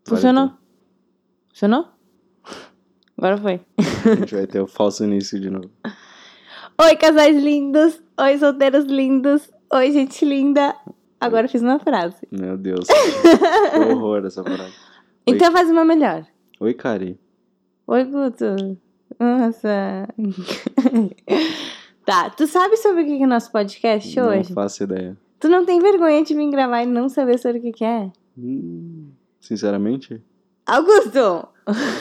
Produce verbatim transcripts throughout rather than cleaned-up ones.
Funcionou. Então. Funcionou? Agora foi. A gente vai ter o falso início de novo. Oi, casais lindos. Oi, solteiros lindos. Oi, gente linda. Agora eu fiz uma frase. Meu Deus. Que horror essa frase. Então Oi. faz uma melhor. Oi, Cari. Oi, Guto. Nossa. Tá, tu sabe sobre o que é nosso podcast Não hoje? Não faço ideia. Tu não tem vergonha de vir gravar e não saber sobre o que que é? Hum, sinceramente? Augusto!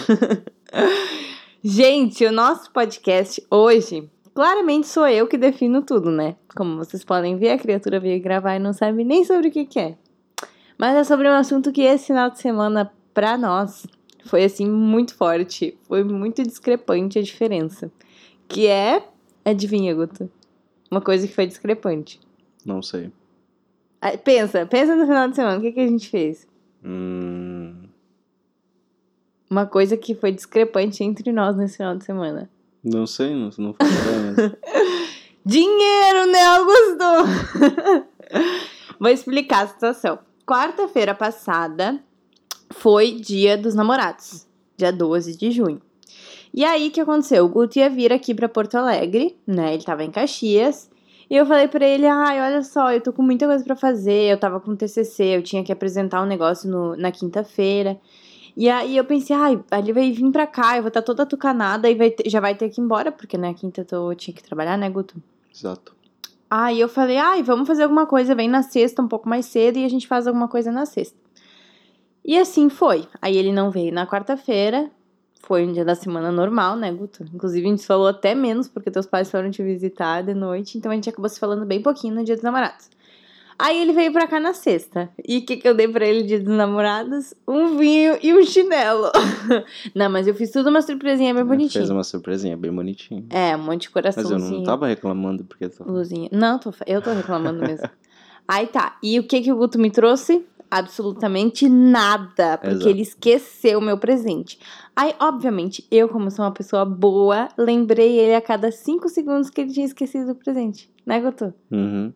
Gente, o nosso podcast hoje, claramente sou eu que defino tudo, né? Como vocês podem ver, a criatura veio gravar e não sabe nem sobre o que que é. Mas é sobre um assunto que esse final de semana, pra nós, foi assim muito forte. Foi muito discrepante a diferença. Que é... Adivinha, Guto? Uma coisa que foi discrepante. Não sei. Pensa, pensa no final de semana, o que que a gente fez? Hum... Uma coisa que foi discrepante entre nós nesse final de semana. Não sei, não, não faço ideia. Dinheiro, né, Augusto? Vou explicar a situação. Quarta-feira passada foi dia dos namorados, dia doze de junho. E aí, o que aconteceu? O Guto ia vir aqui pra Porto Alegre, né? Ele tava em Caxias. E eu falei pra ele, ai, olha só, eu tô com muita coisa pra fazer. Eu tava com T C C, eu tinha que apresentar um negócio no, na quinta-feira. E aí eu pensei, ai, ele vai vir pra cá, eu vou estar toda atucanada e vai ter, já vai ter que ir embora, porque na quinta eu tinha que trabalhar, né, Guto? Exato. Aí eu falei, ai, vamos fazer alguma coisa, vem na sexta um pouco mais cedo e a gente faz alguma coisa na sexta. E assim foi. Aí ele não veio na quarta-feira, foi um dia da semana normal, né, Guto? Inclusive a gente falou até menos, porque teus pais foram te visitar de noite, então a gente acabou se falando bem pouquinho no dia dos namorados. Aí ele veio pra cá na sexta. E o que, que eu dei pra ele dia dos namorados? Um vinho e um chinelo. Não, mas eu fiz tudo uma surpresinha bem bonitinha. Fez uma surpresinha bem bonitinha. É, um monte de coraçãozinho. Mas eu não tava reclamando porque... Tô... Luzinha. Não, tô, eu tô reclamando mesmo. Aí tá. E o que que o Guto me trouxe? Absolutamente nada. Porque Exato. Ele esqueceu o meu presente. Aí, obviamente, eu, como sou uma pessoa boa, lembrei ele a cada cinco segundos que ele tinha esquecido o presente. Né, Guto? Uhum.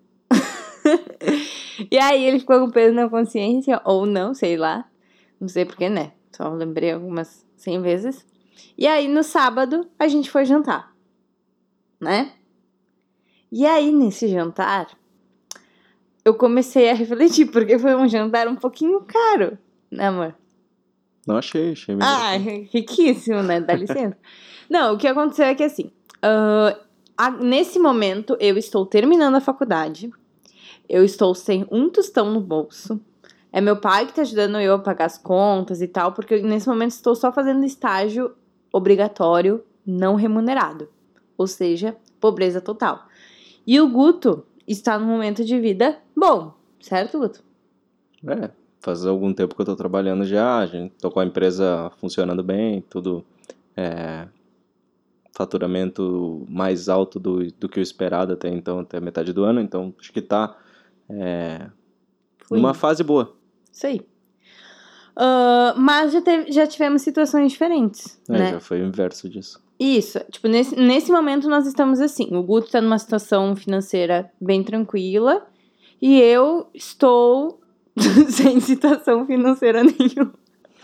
E aí ele ficou com peso na consciência, ou não, sei lá. Não sei porquê, né? Só lembrei algumas cem vezes. E aí no sábado a gente foi jantar, né? E aí nesse jantar eu comecei a refletir, porque foi um jantar um pouquinho caro, né, amor? Não achei, achei mesmo. Ah, riquíssimo, né? Dá licença. Não, o que aconteceu é que assim, uh, a, nesse momento eu estou terminando a faculdade. Eu estou sem um tostão no bolso. É meu pai que tá ajudando eu a pagar as contas e tal, porque eu, nesse momento estou só fazendo estágio obrigatório, não remunerado. Ou seja, pobreza total. E o Guto está num momento de vida bom, certo, Guto? É, faz algum tempo que eu tô trabalhando já, a gente tô com a empresa funcionando bem, tudo, é, faturamento mais alto do, do que o esperado até então, até metade do ano, então acho que tá É, numa fase boa. Isso aí. Uh, mas já, teve, já tivemos situações diferentes, é, né? Já foi o inverso disso. Isso. Tipo, nesse, nesse momento nós estamos assim. O Guto tá numa situação financeira bem tranquila. E eu estou sem situação financeira nenhuma.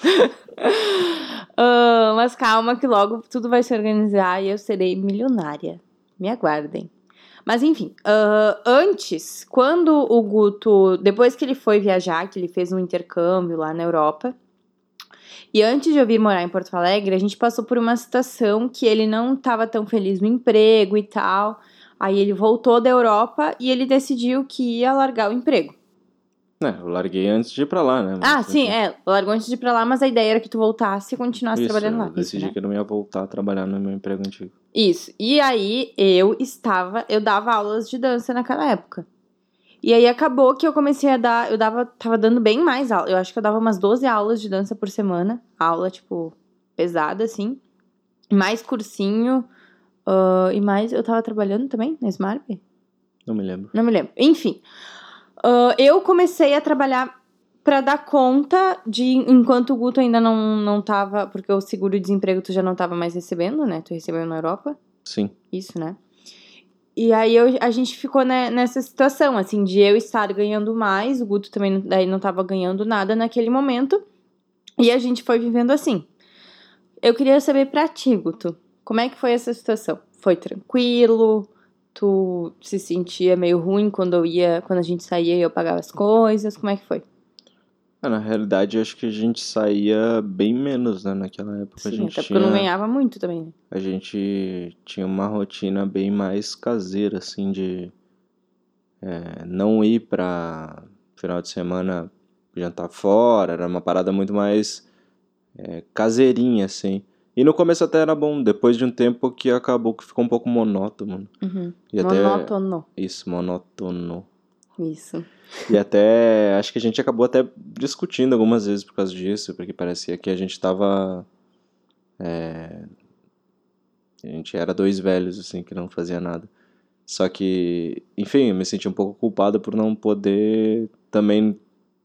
uh, mas calma que logo tudo vai se organizar e eu serei milionária. Me aguardem. Mas enfim, uh, antes, quando o Guto, depois que ele foi viajar, que ele fez um intercâmbio lá na Europa, e antes de eu vir morar em Porto Alegre, a gente passou por uma situação que ele não estava tão feliz no emprego e tal, aí ele voltou da Europa e ele decidiu que ia largar o emprego. É, eu larguei antes de ir pra lá, né? Mas, ah, sim, enfim. é, largou antes de ir pra lá, mas a ideia era que tu voltasse e continuasse Isso, trabalhando lá. eu decidi isso, né? que eu não ia voltar a trabalhar no meu emprego antigo. Isso, e aí eu estava, eu dava aulas de dança naquela época. E aí acabou que eu comecei a dar, eu dava, tava dando bem mais aula, eu acho que eu dava umas doze aulas de dança por semana, aula, tipo, pesada, assim, mais cursinho, uh, e mais, eu tava trabalhando também na Smart? Não me lembro. Não me lembro, enfim, uh, eu comecei a trabalhar pra dar conta de, enquanto o Guto ainda não, não tava, porque o seguro-desemprego tu já não tava mais recebendo, né, tu recebeu na Europa. Sim. Isso, né? E aí eu, a gente ficou né, nessa situação, assim, de eu estar ganhando mais, o Guto também daí não tava ganhando nada naquele momento. E a gente foi vivendo assim. Eu queria saber pra ti, Guto, como é que foi essa situação? Foi tranquilo? Tu se sentia meio ruim quando eu ia, quando a gente saía e eu pagava as coisas? Como é que foi? Ah, na realidade, eu acho que a gente saía bem menos, né? Naquela época a Sim, gente até porque eu não tinha, ganhava muito também, né? a gente tinha uma rotina bem mais caseira, assim, de é, não ir pra final de semana jantar fora, era uma parada muito mais é, caseirinha, assim. E no começo até era bom, depois de um tempo que acabou que ficou um pouco monótono. Uhum. E até. Monótono. Isso, monótono. Isso. E até. Acho que a gente acabou até discutindo algumas vezes por causa disso, porque parecia que a gente tava. É, a gente era dois velhos, assim, que não fazia nada. Só que, enfim, eu me senti um pouco culpado por não poder também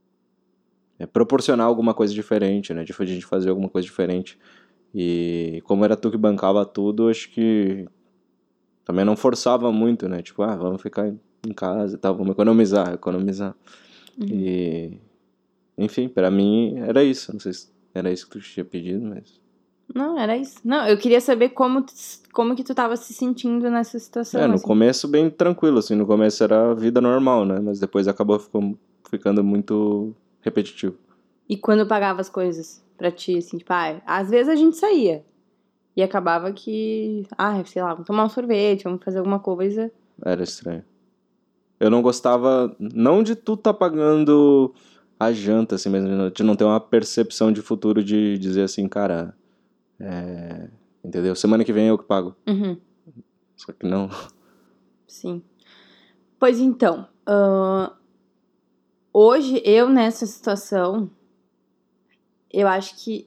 é, proporcionar alguma coisa diferente, né? De a gente fazer alguma coisa diferente. E como era tu que bancava tudo, acho que também não forçava muito, né? Tipo, ah, vamos ficar em casa e tal, vamos economizar, economizar. Uhum. E, enfim, pra mim era isso. Não sei se era isso que tu tinha pedido, mas... Não, era isso. Não, eu queria saber como, tu- como que tu tava se sentindo nessa situação, É, no assim. começo bem tranquilo, assim, no começo era a vida normal, né? Mas depois acabou ficando, ficando muito repetitivo. E quando eu pagava as coisas pra ti, assim, tipo, ah, às vezes a gente saía. E acabava que, ah, sei lá, vamos tomar um sorvete, vamos fazer alguma coisa. Era estranho. Eu não gostava, não de tu tá pagando a janta, assim, mesmo, de não ter uma percepção de futuro de dizer assim, cara, é, entendeu? Semana que vem eu que pago. Uhum, Só que não. sim. Pois então, ah, hoje eu nessa situação, eu acho que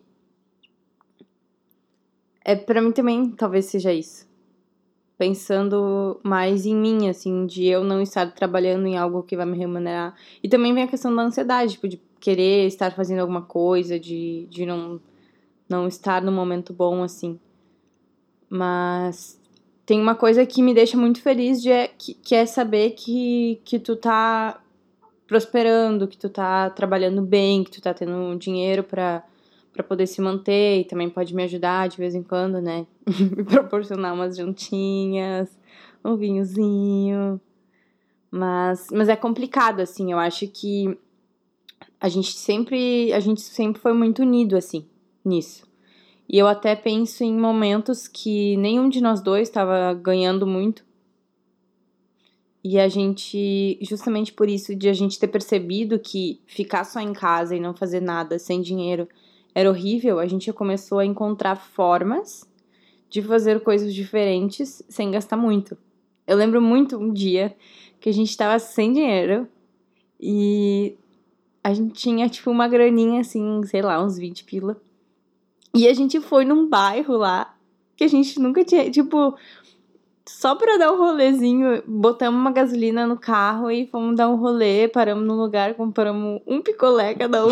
é pra mim também talvez seja isso. Pensando mais em mim, assim, de eu não estar trabalhando em algo que vai me remunerar. E também vem a questão da ansiedade, tipo, de querer estar fazendo alguma coisa, de, de não, não estar no momento bom, assim. Mas tem uma coisa que me deixa muito feliz, de, é- que, que é saber que, que tu tá prosperando, que tu tá trabalhando bem, que tu tá tendo dinheiro pra, pra poder se manter e também pode me ajudar de vez em quando, né? Me proporcionar umas jantinhas, um vinhozinho. Mas, mas é complicado, assim, eu acho que a gente sempre, a gente sempre foi muito unido, assim, nisso. E eu até penso em momentos que nenhum de nós dois estava ganhando muito. E a gente, justamente por isso, de a gente ter percebido que ficar só em casa e não fazer nada sem dinheiro era horrível, a gente começou a encontrar formas de fazer coisas diferentes sem gastar muito. Eu lembro muito um dia que a gente tava sem dinheiro e a gente tinha, tipo, uma graninha, assim, sei lá, uns vinte pila. E a gente foi num bairro lá que a gente nunca tinha, tipo, só pra dar um rolezinho, botamos uma gasolina no carro e fomos dar um rolê, paramos no lugar, compramos um picolé cada um.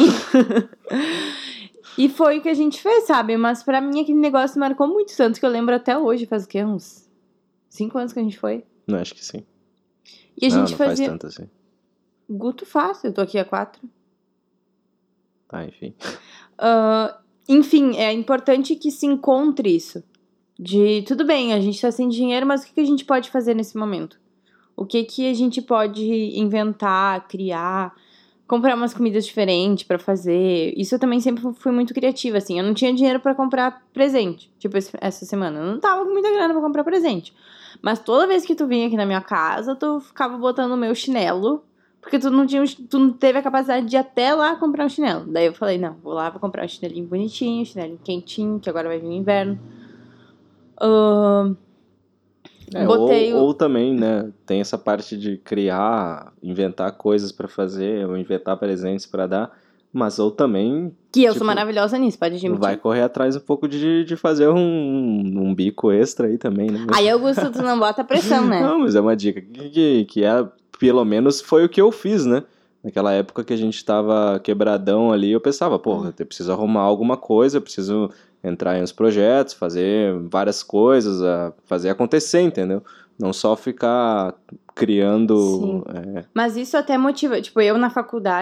E foi o que a gente fez, sabe? Mas pra mim aquele negócio marcou muito, tanto que eu lembro até hoje, faz o quê? Uns cinco anos que a gente foi. Não, acho que sim. E a Não, gente não faz fazia... tanto assim. Guto fácil, eu tô aqui há quatro. Tá, enfim. Uh, enfim, é importante que se encontre isso. De, tudo bem, a gente tá sem dinheiro, mas o que, que a gente pode fazer nesse momento? O que, que a gente pode inventar, criar, comprar umas comidas diferentes pra fazer. Isso eu também sempre fui muito criativa, assim. Eu não tinha dinheiro pra comprar presente, tipo esse- essa semana. Eu não tava com muita grana pra comprar presente. Mas toda vez que tu vinha aqui na minha casa, tu ficava botando o meu chinelo, porque tu não tinha, um- tu não teve a capacidade de ir até lá comprar um chinelo. Daí eu falei, não, vou lá, vou comprar um chinelinho bonitinho, um chinelinho quentinho, que agora vai vir o inverno. Ahn, É, ou, botei o... ou também, né, tem essa parte de criar, inventar coisas pra fazer, ou inventar presentes pra dar, mas ou também, Que eu sou tipo, maravilhosa nisso, pode admitir. vai correr atrás um pouco de, de fazer um, um bico extra aí também, né? Aí, Augusto, tu não bota pressão, né? Não, mas é uma dica que, que, que é, pelo menos foi o que eu fiz, né? Naquela época que a gente tava quebradão ali, eu pensava, pô, eu preciso arrumar alguma coisa, eu preciso entrar em uns projetos, fazer várias coisas, a- fazer acontecer, entendeu? Não só ficar criando... Sim. é, Mas isso até motiva. Tipo, eu na faculdade,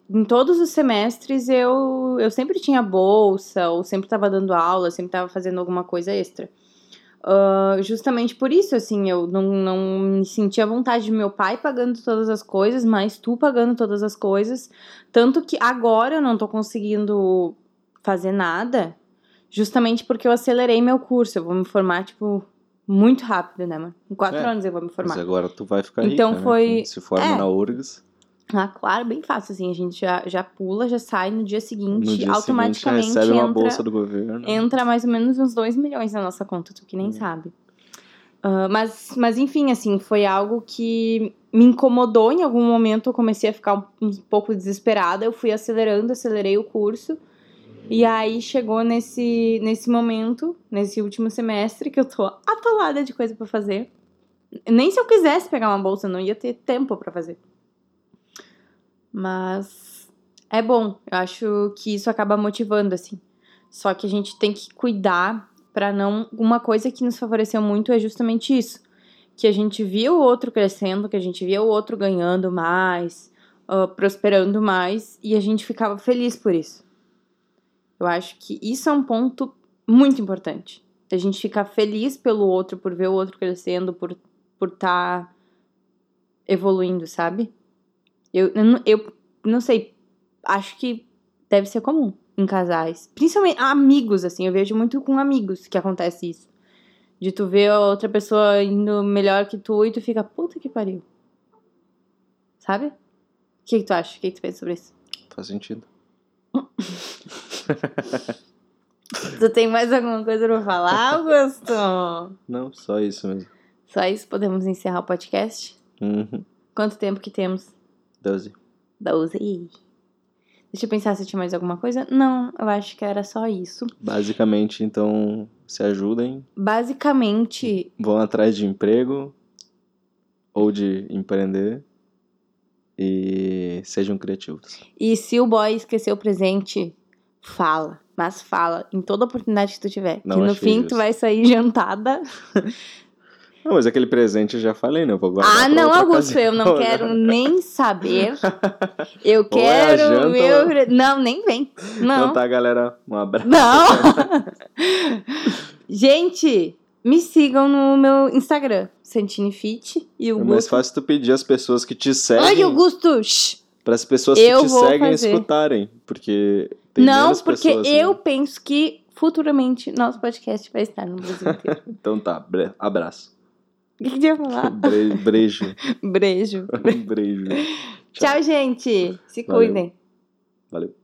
em todos os semestres eu, eu sempre tinha bolsa, ou sempre tava dando aula, sempre tava fazendo alguma coisa extra. Uh, justamente por isso, assim, eu não, não me sentia vontade de meu pai pagando todas as coisas, mas tu pagando todas as coisas. Tanto que agora eu não tô conseguindo fazer nada, justamente porque eu acelerei meu curso. Eu vou me formar, tipo, muito rápido, né, mano? Em quatro É, anos eu vou me formar. Mas agora tu vai ficar Então rica, foi- né? Se forma é. na U R G S, Ah, claro, bem fácil, assim, a gente já, já pula, já sai no dia seguinte, no dia seguinte automaticamente recebe uma entra, bolsa do governo. entra mais ou menos uns dois milhões na nossa conta, tu que nem Hum. sabe. Ah, mas, mas, enfim, assim, foi algo que me incomodou em algum momento, eu comecei a ficar um, um pouco desesperada, eu fui acelerando, acelerei o curso, e aí chegou nesse, nesse momento, nesse último semestre, que eu tô atolada de coisa pra fazer. Nem se eu quisesse pegar uma bolsa, eu não ia ter tempo pra fazer. Mas é bom, eu acho que isso acaba motivando, assim. Só que a gente tem que cuidar pra não... Uma coisa que nos favoreceu muito é justamente isso. Que a gente via o outro crescendo, que a gente via o outro ganhando mais, uh, prosperando mais, e a gente ficava feliz por isso. Eu acho que isso é um ponto muito importante. A gente ficar feliz pelo outro, por ver o outro crescendo, por por tá evoluindo, sabe? Eu, eu, não- eu não sei, acho que deve ser comum em casais. Principalmente amigos, assim, eu vejo muito com amigos que acontece isso. De tu ver a outra pessoa indo melhor que tu e tu fica, puta que pariu. Sabe? O que, que tu acha? O que, que tu pensa sobre isso? Faz sentido. Tu tem mais alguma coisa pra falar, Augusto? Não, só isso mesmo. Só isso? Podemos encerrar o podcast? Uhum. Quanto tempo que temos? doze. doze. Deixa eu pensar se tinha mais alguma coisa. Não, eu acho que era só isso. Basicamente, então, se ajudem, Basicamente, vão atrás de emprego ou de empreender e sejam criativos. e se o boy esquecer o presente, fala. Mas fala em toda oportunidade que tu tiver. Não que no achei fim justo. tu vai sair jantada. Não, mas aquele presente eu já falei, né? Eu vou guardar Ah, pra não, outra Augusto, ocasião, eu não né? quero nem saber. Eu Ou é a quero janta meu. ou- pre- Não, nem vem. Não. Então tá, galera. Um abraço. Não! Gente, me sigam no meu Instagram, Santini Fit e o É mais Augusto. fácil tu pedir às pessoas que te seguem Ai, Augusto! Shh. para as pessoas Eu que te vou seguem fazer. escutarem, porque tem Não, menos porque pessoas. eu né? penso que futuramente nosso podcast vai estar no Brasil inteiro. Então tá, bre- abraço. O que que tu ia falar? Bre- Brejo. Beijo. Brejo. Tchau, gente. Se Valeu. cuidem. Valeu.